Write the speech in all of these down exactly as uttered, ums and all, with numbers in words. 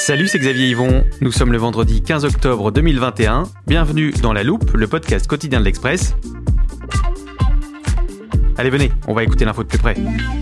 Salut, c'est Xavier Yvon. Nous sommes le vendredi quinze octobre deux mille vingt et un. Bienvenue dans La Loupe, le podcast quotidien de l'Express. Allez, venez, on va écouter l'info de plus près.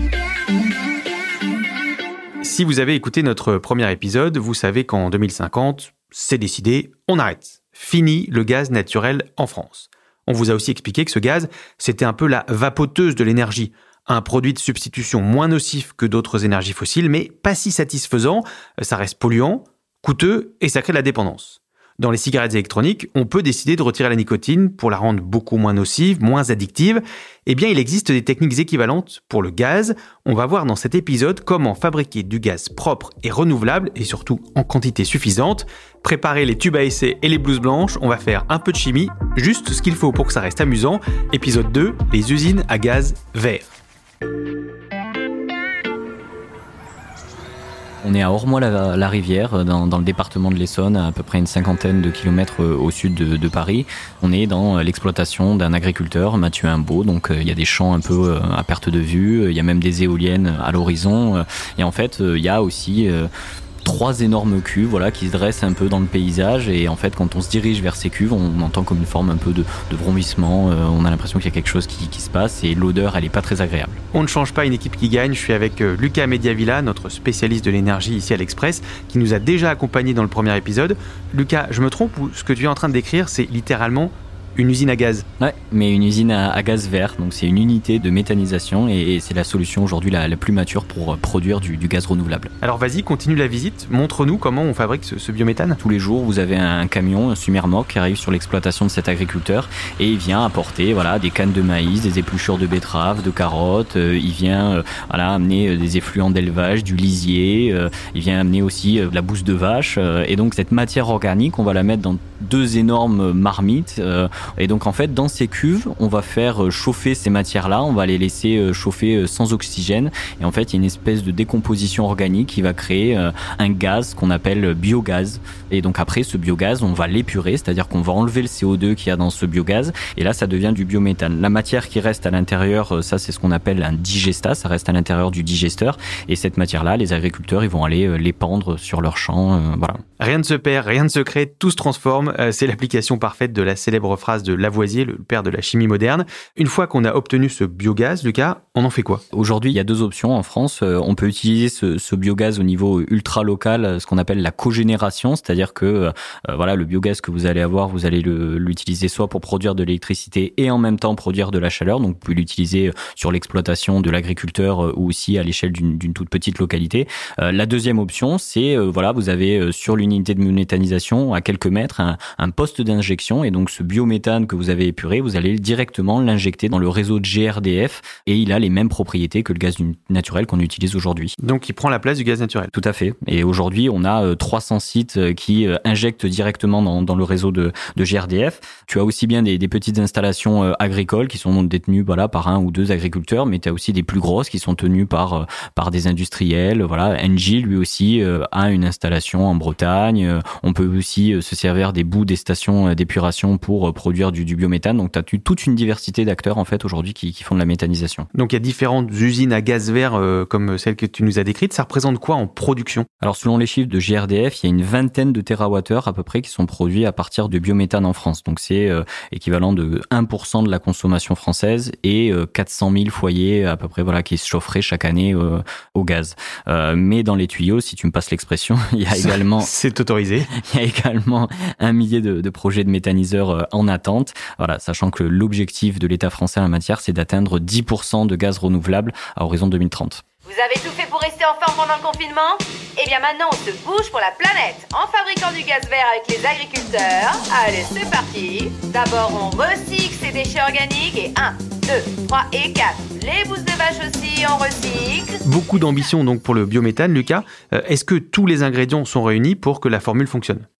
Si vous avez écouté notre premier épisode, vous savez qu'en deux mille cinquante, c'est décidé, on arrête. Fini le gaz naturel en France. On vous a aussi expliqué que ce gaz, c'était un peu la vapoteuse de l'énergie. Un produit de substitution moins nocif que d'autres énergies fossiles, mais pas si satisfaisant. Ça reste polluant, coûteux et ça crée de la dépendance. Dans les cigarettes électroniques, on peut décider de retirer la nicotine pour la rendre beaucoup moins nocive, moins addictive. Eh bien, il existe des techniques équivalentes pour le gaz. On va voir dans cet épisode comment fabriquer du gaz propre et renouvelable, et surtout en quantité suffisante. Préparer les tubes à essai et les blouses blanches, on va faire un peu de chimie, juste ce qu'il faut pour que ça reste amusant. Épisode deux, les usines à gaz vert. On est à Ormois-la-Rivière, dans, dans le département de l'Essonne, à, à peu près une cinquantaine de kilomètres au sud de, de Paris. On est dans l'exploitation d'un agriculteur, Mathieu Imbeau. Donc il euh, y a des champs un peu euh, à perte de vue, il y a même des éoliennes à l'horizon. Euh, et en fait, il euh, y a aussi... Euh, trois énormes cuves voilà, qui se dressent un peu dans le paysage et en fait quand on se dirige vers ces cuves on entend comme une forme un peu de, de vrombissement, euh, on a l'impression qu'il y a quelque chose qui, qui se passe et l'odeur elle est pas très agréable. On ne change pas une équipe qui gagne, je suis avec euh, Lucas Mediavilla, notre spécialiste de l'énergie ici à l'Express, qui nous a déjà accompagnés dans le premier épisode. Lucas, je me trompe ou ce que tu es en train de décrire c'est littéralement une usine à gaz? Ouais, mais une usine à, à gaz vert, donc c'est une unité de méthanisation et, et c'est la solution aujourd'hui la, la plus mature pour produire du, du gaz renouvelable. Alors vas-y, continue la visite, montre-nous comment on fabrique ce, ce biométhane. Tous les jours, vous avez un camion, un semi-remorque qui arrive sur l'exploitation de cet agriculteur et il vient apporter voilà, des cannes de maïs, des épluchures de betteraves, de carottes, euh, il vient euh, voilà, amener des effluents d'élevage, du lisier, euh, il vient amener aussi euh, de la bouse de vache euh, et donc cette matière organique, on va la mettre dans deux énormes marmites euh, et donc en fait dans ces cuves on va faire chauffer ces matières là, on va les laisser chauffer sans oxygène et en fait il y a une espèce de décomposition organique qui va créer un gaz qu'on appelle biogaz et donc après ce biogaz on va l'épurer, c'est-à-dire qu'on va enlever le C O deux qu'il y a dans ce biogaz et là ça devient du biométhane. La matière qui reste à l'intérieur, ça c'est ce qu'on appelle un digestat, ça reste à l'intérieur du digesteur et cette matière là les agriculteurs ils vont aller l'épandre sur leurs champs, euh, voilà. Rien ne se perd, rien ne se crée, tout se transforme, euh, c'est l'application parfaite de la célèbre phrase de Lavoisier, le père de la chimie moderne. Une fois qu'on a obtenu ce biogaz, Lucas, on en fait quoi? Aujourd'hui, il y a deux options en France. On peut utiliser ce, ce biogaz au niveau ultra local, ce qu'on appelle la cogénération, c'est-à-dire que euh, voilà, le biogaz que vous allez avoir, vous allez le, l'utiliser soit pour produire de l'électricité et en même temps produire de la chaleur. Donc, vous pouvez l'utiliser sur l'exploitation de l'agriculteur euh, ou aussi à l'échelle d'une, d'une toute petite localité. Euh, la deuxième option, c'est euh, voilà, vous avez euh, sur l'unité de méthanisation à quelques mètres un, un poste d'injection et donc ce biométhane que vous avez épuré, vous allez directement l'injecter dans le réseau de G R D F et il a les mêmes propriétés que le gaz naturel qu'on utilise aujourd'hui. Donc il prend la place du gaz naturel. Tout à fait. Et aujourd'hui, on a trois cents sites qui injectent directement dans, dans le réseau de, de G R D F. Tu as aussi bien des, des petites installations agricoles qui sont détenues voilà, par un ou deux agriculteurs, mais tu as aussi des plus grosses qui sont tenues par, par des industriels. Voilà. Engie, lui aussi, a une installation en Bretagne. On peut aussi se servir des bouts des stations d'épuration pour produire du, du biométhane. Donc, tu as toute une diversité d'acteurs, en fait, aujourd'hui, qui, qui font de la méthanisation. Donc, il y a différentes usines à gaz vert, euh, comme celle que tu nous as décrite. Ça représente quoi en production? Alors, selon les chiffres de G R D F, il y a une vingtaine de térawattheures, à peu près, qui sont produits à partir de biométhane en France. Donc, c'est euh, équivalent de un pour cent de la consommation française et euh, quatre cent mille foyers, à peu près, voilà, qui se chaufferaient chaque année euh, au gaz. Euh, mais dans les tuyaux, si tu me passes l'expression, il y a également... c'est autorisé. Il y a également un millier de, de projets de méthaniseurs euh, en attente. Voilà, sachant que l'objectif de l'État français en la matière, c'est d'atteindre dix pour cent de gaz renouvelable à horizon deux mille trente. Vous avez tout fait pour rester en forme pendant le confinement? Eh bien maintenant, on se bouge pour la planète en fabriquant du gaz vert avec les agriculteurs. Allez, c'est parti. D'abord, on recycle ces déchets organiques et un, deux, trois et quatre. Les bousses de vache aussi, on recycle. Beaucoup d'ambition donc pour le biométhane, Lucas. Euh, est-ce que tous les ingrédients sont réunis pour que la formule fonctionne?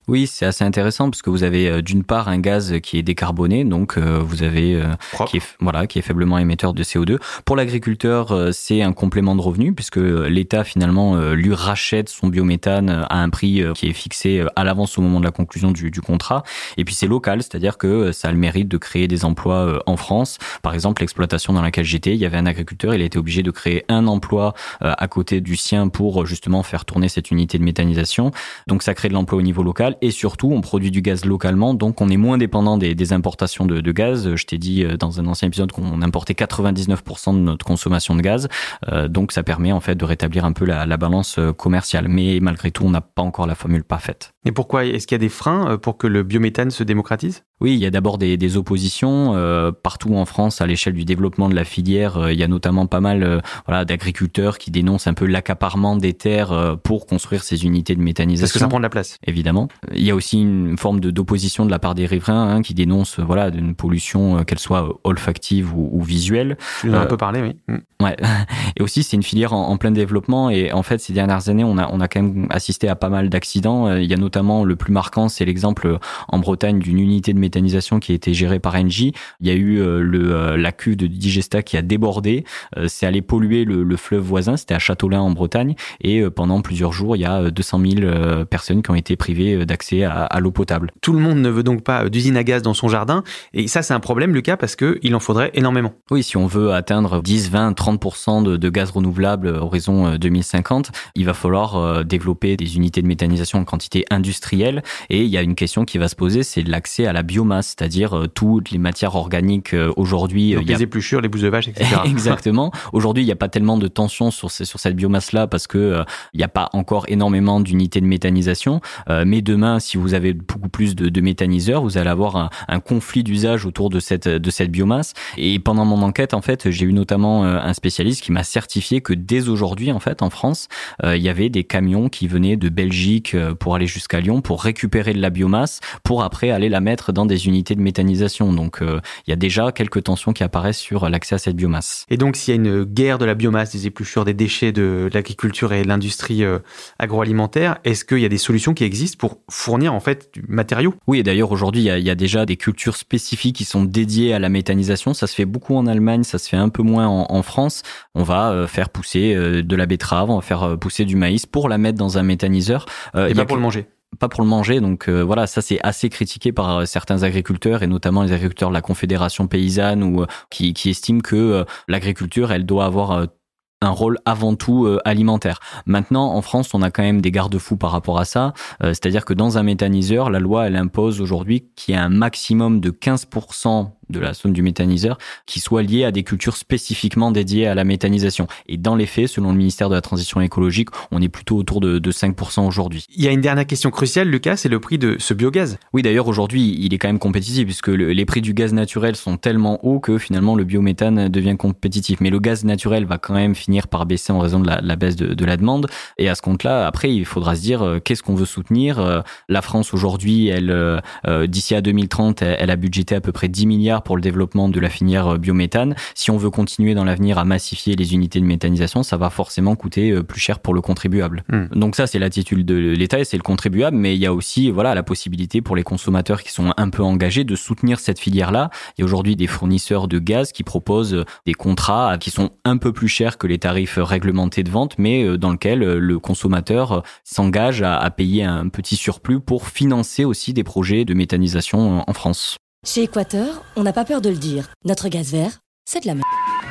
Oui, c'est assez intéressant parce que vous avez euh, d'une part un gaz qui est décarboné, donc euh, vous avez euh, qui est voilà qui est faiblement émetteur de C O deux. Pour l'agriculteur, euh, c'est un complément de revenu puisque l'État finalement euh, lui rachète son biométhane à un prix euh, qui est fixé à l'avance au moment de la conclusion du, du contrat. Et puis c'est local, c'est-à-dire que ça a le mérite de créer des emplois euh, en France. Par exemple, l'exploitation dans laquelle j'étais, il y avait un agriculteur, il a été obligé de créer un emploi euh, à côté du sien pour justement faire tourner cette unité de méthanisation. Donc ça crée de l'emploi au niveau local et surtout on produit du gaz localement, donc on est moins dépendant des, des importations de, de gaz. Je t'ai dit dans un ancien épisode qu'on importait quatre-vingt-dix-neuf pour cent de notre consommation de gaz, euh, donc ça permet en fait de rétablir un peu la, la balance commerciale. Mais malgré tout, on n'a pas encore la formule parfaite. Et pourquoi? Est-ce qu'il y a des freins pour que le biométhane se démocratise? Oui, il y a d'abord des, des oppositions euh, partout en France à l'échelle du développement de la filière. Euh, il y a notamment pas mal euh, voilà, d'agriculteurs qui dénoncent un peu l'accaparement des terres euh, pour construire ces unités de méthanisation. Parce que ça prend de la place. Évidemment. Il y a aussi une forme de, d'opposition de la part des riverains hein, qui dénoncent voilà, une pollution, euh, qu'elle soit olfactive ou, ou visuelle. Tu en as euh, un peu parlé, oui. Mm. Ouais. Et aussi, c'est une filière en, en plein développement. Et en fait, ces dernières années, on a, on a quand même assisté à pas mal d'accidents. Il y a notamment le plus marquant, c'est l'exemple en Bretagne d'une unité de méthanisation qui a été gérée par Engie. Il y a eu euh, le, euh, la cuve de Digesta qui a débordé. Euh, c'est allé polluer le, le fleuve voisin. C'était à Châteaulin en Bretagne. Et euh, pendant plusieurs jours, il y a deux cent mille euh, personnes qui ont été privées d'accès à, à l'eau potable. Tout le monde ne veut donc pas d'usine à gaz dans son jardin. Et ça, c'est un problème, Lucas, parce qu'il en faudrait énormément. Oui, si on veut atteindre dix, vingt, trente pour cent de, de gaz renouvelable horizon deux mille cinquante, il va falloir euh, développer des unités de méthanisation en quantité industrielle. Et il y a une question qui va se poser, c'est l'accès à la biomasse, c'est-à-dire euh, toutes les matières organiques euh, aujourd'hui. Donc les a... épluchures, les bouses de vache, et cetera. Exactement. Aujourd'hui, il n'y a pas tellement de tension sur, ces, sur cette biomasse-là parce que euh, il n'y a pas encore énormément d'unités de méthanisation. Euh, mais demain, si vous avez beaucoup plus de, de méthaniseurs, vous allez avoir un, un conflit d'usage autour de cette, de cette biomasse. Et pendant mon enquête, en fait, j'ai eu notamment euh, un spécialiste qui m'a certifié que dès aujourd'hui, en fait, en France, euh, il y avait des camions qui venaient de Belgique euh, pour aller jusqu'à Lyon pour récupérer de la biomasse pour après aller la mettre dans des unités de méthanisation. Donc, euh, il y a déjà quelques tensions qui apparaissent sur l'accès à cette biomasse. Et donc, s'il y a une guerre de la biomasse, des épluchures, des déchets de l'agriculture et de l'industrie euh, agroalimentaire, est-ce qu'il y a des solutions qui existent pour fournir en fait du matériau? Oui, et d'ailleurs, aujourd'hui, il y, a, il y a déjà des cultures spécifiques qui sont dédiées à la méthanisation. Ça se fait beaucoup en Allemagne, ça se fait un peu moins en, en France. On va euh, faire pousser euh, de la betterave, on va faire euh, pousser du maïs pour la mettre dans un méthaniseur. Euh, et pas pour que... le manger. Pas pour le manger, donc euh, voilà, ça c'est assez critiqué par euh, certains agriculteurs et notamment les agriculteurs de la Confédération paysanne ou euh, qui, qui estiment que euh, l'agriculture, elle doit avoir euh, un rôle avant tout euh, alimentaire. Maintenant, en France, on a quand même des garde-fous par rapport à ça. Euh, c'est-à-dire que dans un méthaniseur, la loi, elle impose aujourd'hui qu'il y ait un maximum de quinze pour cent de la somme du méthaniseur qui soit liée à des cultures spécifiquement dédiées à la méthanisation. Et dans les faits, selon le ministère de la Transition écologique, on est plutôt autour de, de cinq pour cent aujourd'hui. Il y a une dernière question cruciale, Lucas, c'est le prix de ce biogaz. Oui, d'ailleurs, aujourd'hui, il est quand même compétitif puisque le, les prix du gaz naturel sont tellement hauts que finalement, le biométhane devient compétitif. Mais le gaz naturel va quand même finir par baisser en raison de la, la baisse de, de la demande. Et à ce compte-là, après, il faudra se dire euh, qu'est-ce qu'on veut soutenir. Euh, la France, aujourd'hui, elle, euh, d'ici à deux mille trente, elle, elle a budgété à peu près dix milliards pour le développement de la filière biométhane. Si on veut continuer dans l'avenir à massifier les unités de méthanisation, ça va forcément coûter plus cher pour le contribuable. Mmh. Donc ça, c'est l'attitude de l'État et c'est le contribuable, mais il y a aussi voilà la possibilité pour les consommateurs qui sont un peu engagés de soutenir cette filière-là. Il y a aujourd'hui des fournisseurs de gaz qui proposent des contrats qui sont un peu plus chers que les tarifs réglementés de vente, mais dans lequel le consommateur s'engage à, à payer un petit surplus pour financer aussi des projets de méthanisation en France. Chez Équateur, on n'a pas peur de le dire. Notre gaz vert, c'est de la merde.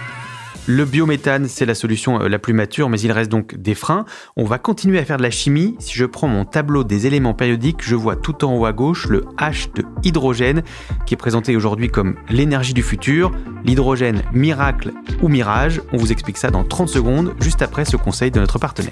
Le biométhane, c'est la solution la plus mature, mais il reste donc des freins. On va continuer à faire de la chimie. Si je prends mon tableau des éléments périodiques, je vois tout en haut à gauche le H de hydrogène, qui est présenté aujourd'hui comme l'énergie du futur. L'hydrogène, miracle ou mirage? On vous explique ça dans trente secondes, juste après ce conseil de notre partenaire.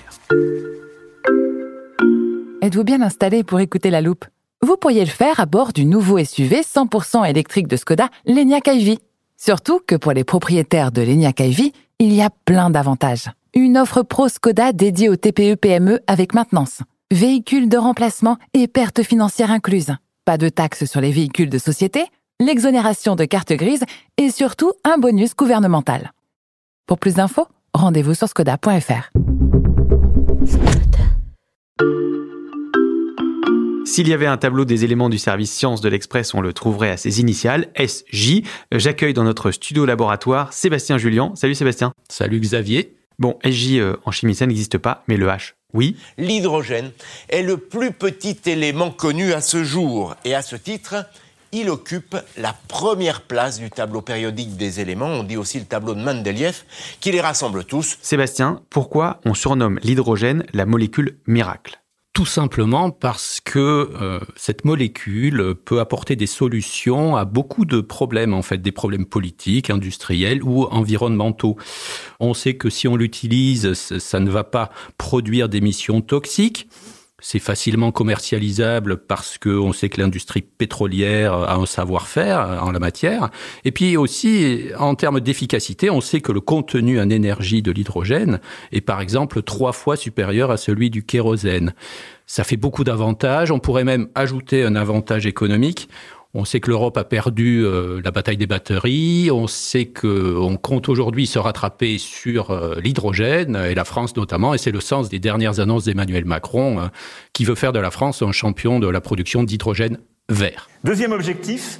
Êtes-vous bien installé pour écouter la loupe? Vous pourriez le faire à bord du nouveau S U V cent pour cent électrique de Skoda, l'Enyaq iVie. Surtout que pour les propriétaires de l'Enyaq iVie, il y a plein d'avantages. Une offre pro Skoda dédiée aux T P E P M E avec maintenance, véhicules de remplacement et pertes financières incluses. Pas de taxes sur les véhicules de société, l'exonération de carte grise et surtout un bonus gouvernemental. Pour plus d'infos, rendez-vous sur skoda point f r. S'il y avait un tableau des éléments du service sciences de l'Express, on le trouverait à ses initiales, S J. J'accueille dans notre studio laboratoire Sébastien Julian. Salut Sébastien. Salut Xavier. Bon, S J euh, en chimie, ça n'existe pas, mais le H, oui. L'hydrogène est le plus petit élément connu à ce jour. Et à ce titre, il occupe la première place du tableau périodique des éléments. On dit aussi le tableau de Mendeleïev, qui les rassemble tous. Sébastien, pourquoi on surnomme l'hydrogène la molécule miracle ? Tout simplement parce que euh, cette molécule peut apporter des solutions à beaucoup de problèmes, en fait, des problèmes politiques, industriels ou environnementaux. On sait que si on l'utilise, ça ne va pas produire d'émissions toxiques. C'est facilement commercialisable parce qu'on sait que l'industrie pétrolière a un savoir-faire en la matière. Et puis aussi, en termes d'efficacité, on sait que le contenu en énergie de l'hydrogène est par exemple trois fois supérieur à celui du kérosène. Ça fait beaucoup d'avantages. On pourrait même ajouter un avantage économique. On sait que l'Europe a perdu euh, la bataille des batteries. On sait qu'on compte aujourd'hui se rattraper sur euh, l'hydrogène, et la France notamment. Et c'est le sens des dernières annonces d'Emmanuel Macron, euh, qui veut faire de la France un champion de la production d'hydrogène vert. Deuxième objectif,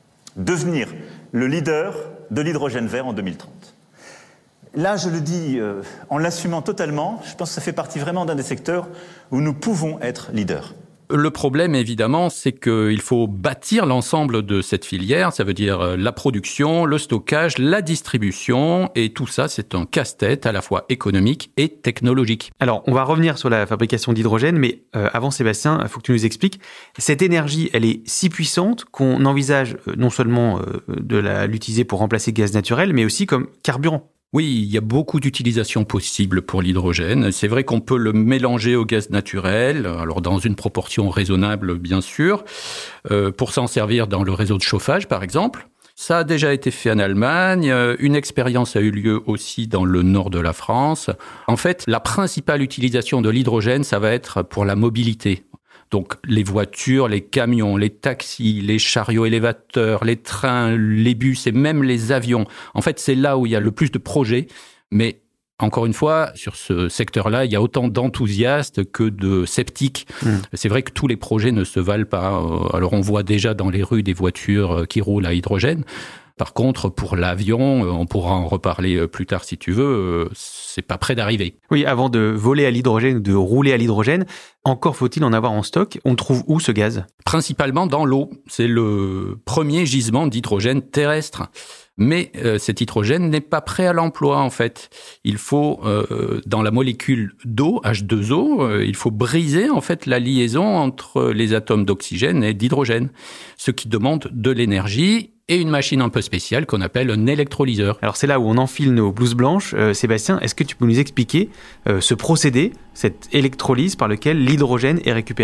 devenir le leader de l'hydrogène vert en deux mille trente. Là, je le dis euh, en l'assumant totalement, je pense que ça fait partie vraiment d'un des secteurs où nous pouvons être leaders. Le problème, évidemment, c'est qu'il faut bâtir l'ensemble de cette filière. Ça veut dire la production, le stockage, la distribution. Et tout ça, c'est un casse-tête à la fois économique et technologique. Alors, on va revenir sur la fabrication d'hydrogène, mais euh, avant, Sébastien, il faut que tu nous expliques. Cette énergie, elle est si puissante qu'on envisage euh, non seulement euh, de la, l'utiliser pour remplacer le gaz naturel, mais aussi comme carburant. Oui, il y a beaucoup d'utilisations possibles pour l'hydrogène. C'est vrai qu'on peut le mélanger au gaz naturel, alors dans une proportion raisonnable, bien sûr, euh, pour s'en servir dans le réseau de chauffage, par exemple. Ça a déjà été fait en Allemagne. Une expérience a eu lieu aussi dans le nord de la France. En fait, la principale utilisation de l'hydrogène, ça va être pour la mobilité. Donc les voitures, les camions, les taxis, les chariots élévateurs, les trains, les bus et même les avions. En fait, c'est là où il y a le plus de projets. Mais encore une fois, sur ce secteur-là, il y a autant d'enthousiastes que de sceptiques. Mmh. C'est vrai que tous les projets ne se valent pas. Alors on voit déjà dans les rues des voitures qui roulent à hydrogène. Par contre, pour l'avion, on pourra en reparler plus tard si tu veux, c'est pas près d'arriver. Oui, avant de voler à l'hydrogène, de rouler à l'hydrogène, encore faut-il en avoir en stock. On trouve où ce gaz ? Principalement dans l'eau. C'est le premier gisement d'hydrogène terrestre. Mais euh, cet hydrogène n'est pas prêt à l'emploi, en fait. Il faut, euh, dans la molécule d'eau, H deux O, euh, il faut briser, en fait, la liaison entre les atomes d'oxygène et d'hydrogène, ce qui demande de l'énergie et une machine un peu spéciale qu'on appelle un électrolyseur. Alors c'est là où on enfile nos blouses blanches. Euh, Sébastien, est-ce que tu peux nous expliquer euh, ce procédé, cette électrolyse par lequel l'hydrogène est récupéré ?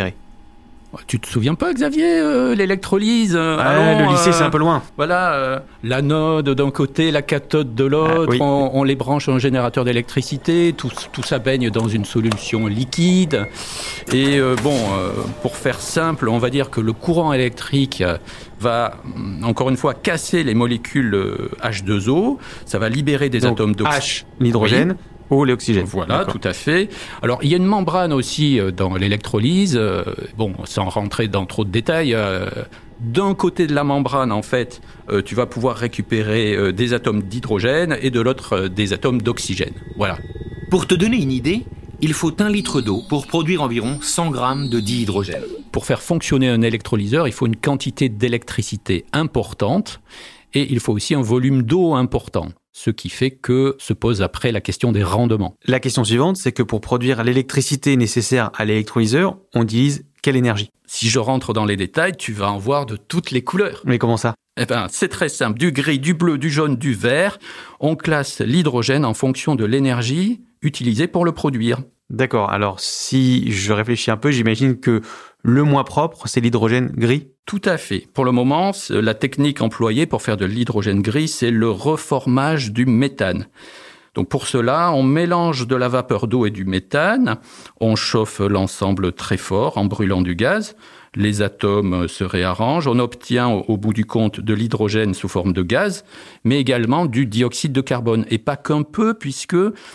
Tu te souviens pas, Xavier, euh, l'électrolyse euh, ouais, allons, le lycée, euh, c'est un peu loin. Voilà, euh, l'anode d'un côté, la cathode de l'autre, ah, oui. on, on les branche en générateur d'électricité, tout, tout ça baigne dans une solution liquide. Et euh, bon, euh, pour faire simple, on va dire que le courant électrique va, encore une fois, casser les molécules H deux O, ça va libérer des Donc, atomes d'oxygène. H, l'hydrogène. Oui. Oh, l'oxygène. Voilà, D'accord. Tout à fait. Alors, il y a une membrane aussi dans l'électrolyse. Bon, sans rentrer dans trop de détails, euh, d'un côté de la membrane, en fait, euh, tu vas pouvoir récupérer euh, des atomes d'hydrogène et de l'autre, euh, des atomes d'oxygène. Voilà. Pour te donner une idée, il faut un litre d'eau pour produire environ cent grammes de dihydrogène. Pour faire fonctionner un électrolyseur, il faut une quantité d'électricité importante et il faut aussi un volume d'eau important. Ce qui fait que se pose après la question des rendements. La question suivante, c'est que pour produire l'électricité nécessaire à l'électrolyseur, on utilise quelle énergie ? Si je rentre dans les détails, tu vas en voir de toutes les couleurs. Mais comment ça ? Eh ben, c'est très simple. Du gris, du bleu, du jaune, du vert. On classe l'hydrogène en fonction de l'énergie utilisée pour le produire. D'accord. Alors, si je réfléchis un peu, j'imagine que le moins propre, c'est l'hydrogène gris ? Tout à fait. Pour le moment, la technique employée pour faire de l'hydrogène gris, c'est le reformage du méthane. Donc pour cela, on mélange de la vapeur d'eau et du méthane, on chauffe l'ensemble très fort en brûlant du gaz, les atomes se réarrangent, on obtient au bout du compte de l'hydrogène sous forme de gaz, mais également du dioxyde de carbone. Et pas qu'un peu, puisque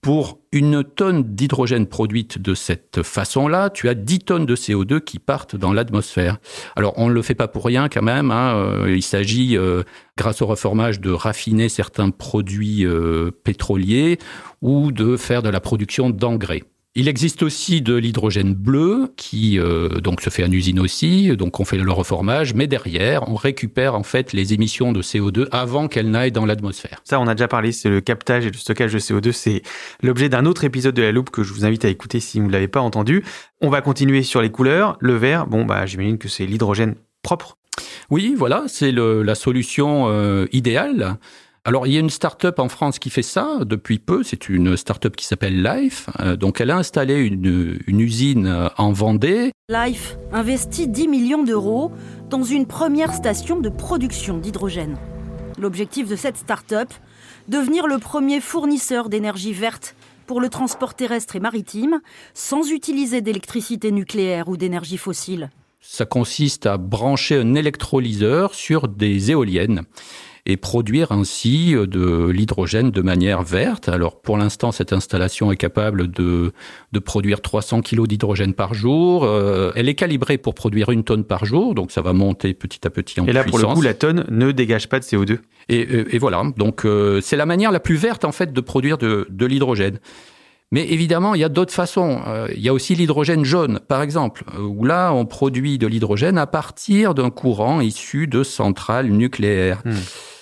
Pour une tonne d'hydrogène produite de cette façon-là, tu as dix tonnes de C O deux qui partent dans l'atmosphère. Alors, on ne le fait pas pour rien quand même. Hein. Euh, il s'agit, euh, grâce au reformage, de raffiner certains produits euh, pétroliers ou de faire de la production d'engrais. Il existe aussi de l'hydrogène bleu qui euh, donc se fait en usine aussi, donc on fait le reformage, mais derrière on récupère en fait les émissions de C O deux avant qu'elles n'aillent dans l'atmosphère. Ça, on a déjà parlé, c'est le captage et le stockage de C O deux, c'est l'objet d'un autre épisode de La Loupe que je vous invite à écouter si vous ne l'avez pas entendu. On va continuer sur les couleurs. Le vert, bon bah j'imagine que c'est l'hydrogène propre. Oui, voilà, c'est le, la solution euh, idéale. Alors, il y a une start-up en France qui fait ça depuis peu. C'est une start-up qui s'appelle Life. Euh, donc, elle a installé une, une usine en Vendée. Life investit dix millions d'euros dans une première station de production d'hydrogène. L'objectif de cette start-up, devenir le premier fournisseur d'énergie verte pour le transport terrestre et maritime, sans utiliser d'électricité nucléaire ou d'énergie fossile. Ça consiste à brancher un électrolyseur sur des éoliennes et produire ainsi de l'hydrogène de manière verte. Alors, pour l'instant, cette installation est capable de, de produire trois cents kilos d'hydrogène par jour. Euh, elle est calibrée pour produire une tonne par jour, donc ça va monter petit à petit en puissance. Et là, puissance. pour le coup, la tonne ne dégage pas de C O deux. Et, et, et voilà, donc euh, c'est la manière la plus verte, en fait, de produire de, de l'hydrogène. Mais évidemment, il y a d'autres façons. Euh, il y a aussi l'hydrogène jaune, par exemple, où là, on produit de l'hydrogène à partir d'un courant issu de centrales nucléaires. Mmh.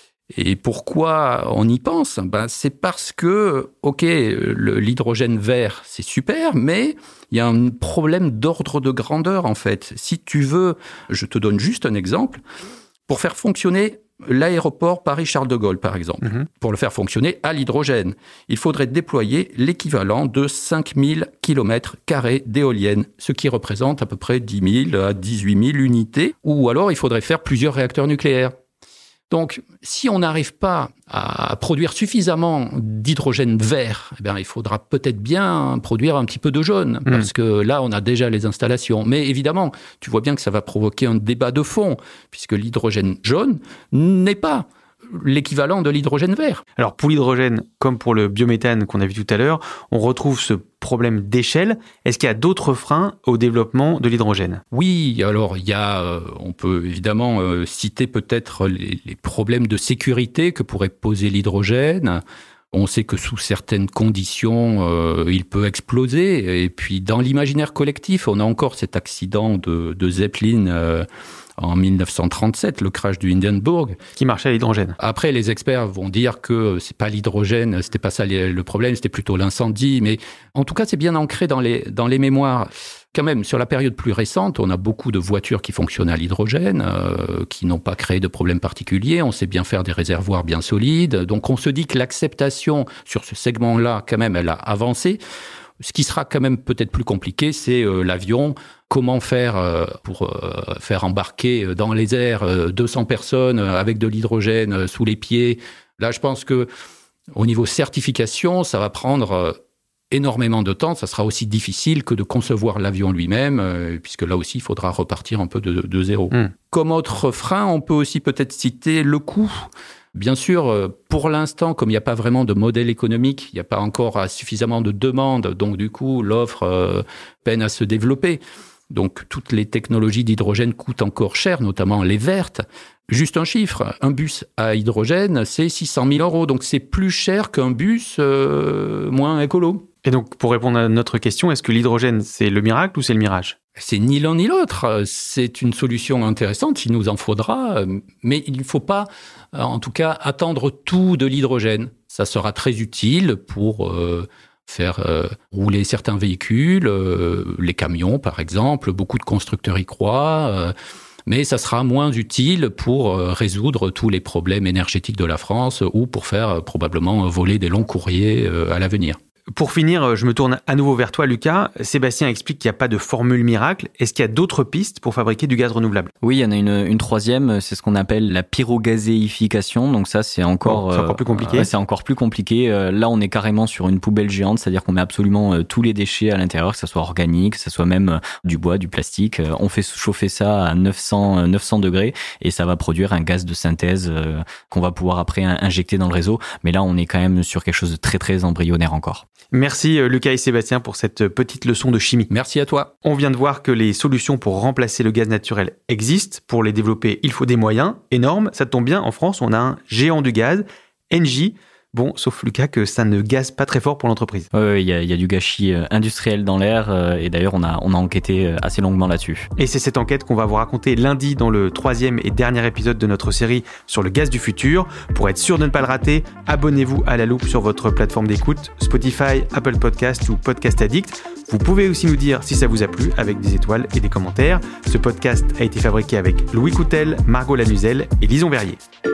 Et pourquoi on y pense ? Ben, c'est parce que, ok, le, l'hydrogène vert, c'est super, mais il y a un problème d'ordre de grandeur, en fait. Si tu veux, je te donne juste un exemple, pour faire fonctionner l'aéroport Paris-Charles de Gaulle, par exemple, mmh. pour le faire fonctionner à l'hydrogène, il faudrait déployer l'équivalent de cinq mille kilomètres carrés d'éoliennes, ce qui représente à peu près dix mille à dix-huit mille unités, ou alors il faudrait faire plusieurs réacteurs nucléaires. Donc, si on n'arrive pas à produire suffisamment d'hydrogène vert, eh bien, il faudra peut-être bien produire un petit peu de jaune, mmh. parce que là, on a déjà les installations. Mais évidemment, tu vois bien que ça va provoquer un débat de fond, puisque l'hydrogène jaune n'est pas l'équivalent de l'hydrogène vert. Alors, pour l'hydrogène, comme pour le biométhane qu'on a vu tout à l'heure, on retrouve ce problème d'échelle. Est-ce qu'il y a d'autres freins au développement de l'hydrogène ? Oui, alors il y a, euh, on peut évidemment euh, citer peut-être les, les problèmes de sécurité que pourrait poser l'hydrogène. On sait que sous certaines conditions, euh, il peut exploser. Et puis, dans l'imaginaire collectif, on a encore cet accident de, de Zeppelin euh, en mille neuf cent trente-sept, le crash du Hindenburg. Qui marchait à l'hydrogène. Après, les experts vont dire que c'est pas l'hydrogène, c'était pas ça le problème, c'était plutôt l'incendie. Mais en tout cas, c'est bien ancré dans les, dans les mémoires. Quand même, sur la période plus récente, on a beaucoup de voitures qui fonctionnent à l'hydrogène, euh, qui n'ont pas créé de problème particulier. On sait bien faire des réservoirs bien solides. Donc, on se dit que l'acceptation sur ce segment-là, quand même, elle a avancé. Ce qui sera quand même peut-être plus compliqué, c'est euh, l'avion. Comment faire euh, pour euh, faire embarquer dans les airs euh, deux cents personnes avec de l'hydrogène euh, sous les pieds ? Là, je pense que au niveau certification, ça va prendre euh, énormément de temps. Ça sera aussi difficile que de concevoir l'avion lui-même, euh, puisque là aussi, il faudra repartir un peu de, de zéro. Mmh. Comme autre frein, on peut aussi peut-être citer le coût. Bien sûr, pour l'instant, comme il n'y a pas vraiment de modèle économique, il n'y a pas encore suffisamment de demandes, donc du coup, l'offre euh, peine à se développer. Donc, toutes les technologies d'hydrogène coûtent encore cher, notamment les vertes. Juste un chiffre, un bus à hydrogène, c'est six cent mille euros. Donc, c'est plus cher qu'un bus euh, moins écolo. Et donc, pour répondre à notre question, est-ce que l'hydrogène, c'est le miracle ou c'est le mirage ? C'est ni l'un ni l'autre. C'est une solution intéressante, il nous en faudra, mais il ne faut pas, en tout cas, attendre tout de l'hydrogène. Ça sera très utile pour euh, faire euh, rouler certains véhicules, euh, les camions par exemple, beaucoup de constructeurs y croient, euh, mais ça sera moins utile pour euh, résoudre tous les problèmes énergétiques de la France ou pour faire euh, probablement voler des longs courriers euh, à l'avenir. Pour finir, je me tourne à nouveau vers toi, Lucas. Sébastien explique qu'il n'y a pas de formule miracle. Est-ce qu'il y a d'autres pistes pour fabriquer du gaz renouvelable ? Oui, il y en a une, une troisième, c'est ce qu'on appelle la pyrogazéification. Donc ça, c'est encore, oh, c'est encore plus compliqué. Euh, c'est encore plus compliqué. Euh, là, on est carrément sur une poubelle géante, c'est-à-dire qu'on met absolument euh, tous les déchets à l'intérieur, que ça soit organique, que ça soit même euh, du bois, du plastique. Euh, on fait chauffer ça à neuf cents, neuf cents degrés et ça va produire un gaz de synthèse euh, qu'on va pouvoir après injecter dans le réseau. Mais là, on est quand même sur quelque chose de très, très embryonnaire encore. Merci Lucas et Sébastien pour cette petite leçon de chimie. Merci à toi. On vient de voir que les solutions pour remplacer le gaz naturel existent. Pour les développer, il faut des moyens énormes. Ça tombe bien, en France, on a un géant du gaz, Engie. Bon, sauf Lucas, que ça ne gaze pas très fort pour l'entreprise. Oui, il y, y a du gâchis industriel dans l'air euh, et d'ailleurs on a, on a enquêté assez longuement là-dessus. Et c'est cette enquête qu'on va vous raconter lundi dans le troisième et dernier épisode de notre série sur le gaz du futur. Pour être sûr de ne pas le rater, abonnez-vous à La Loupe sur votre plateforme d'écoute, Spotify, Apple Podcast ou Podcast Addict. Vous pouvez aussi nous dire si ça vous a plu avec des étoiles et des commentaires. Ce podcast a été fabriqué avec Louis Coutel, Margot Lanuzel et Lison Verrier.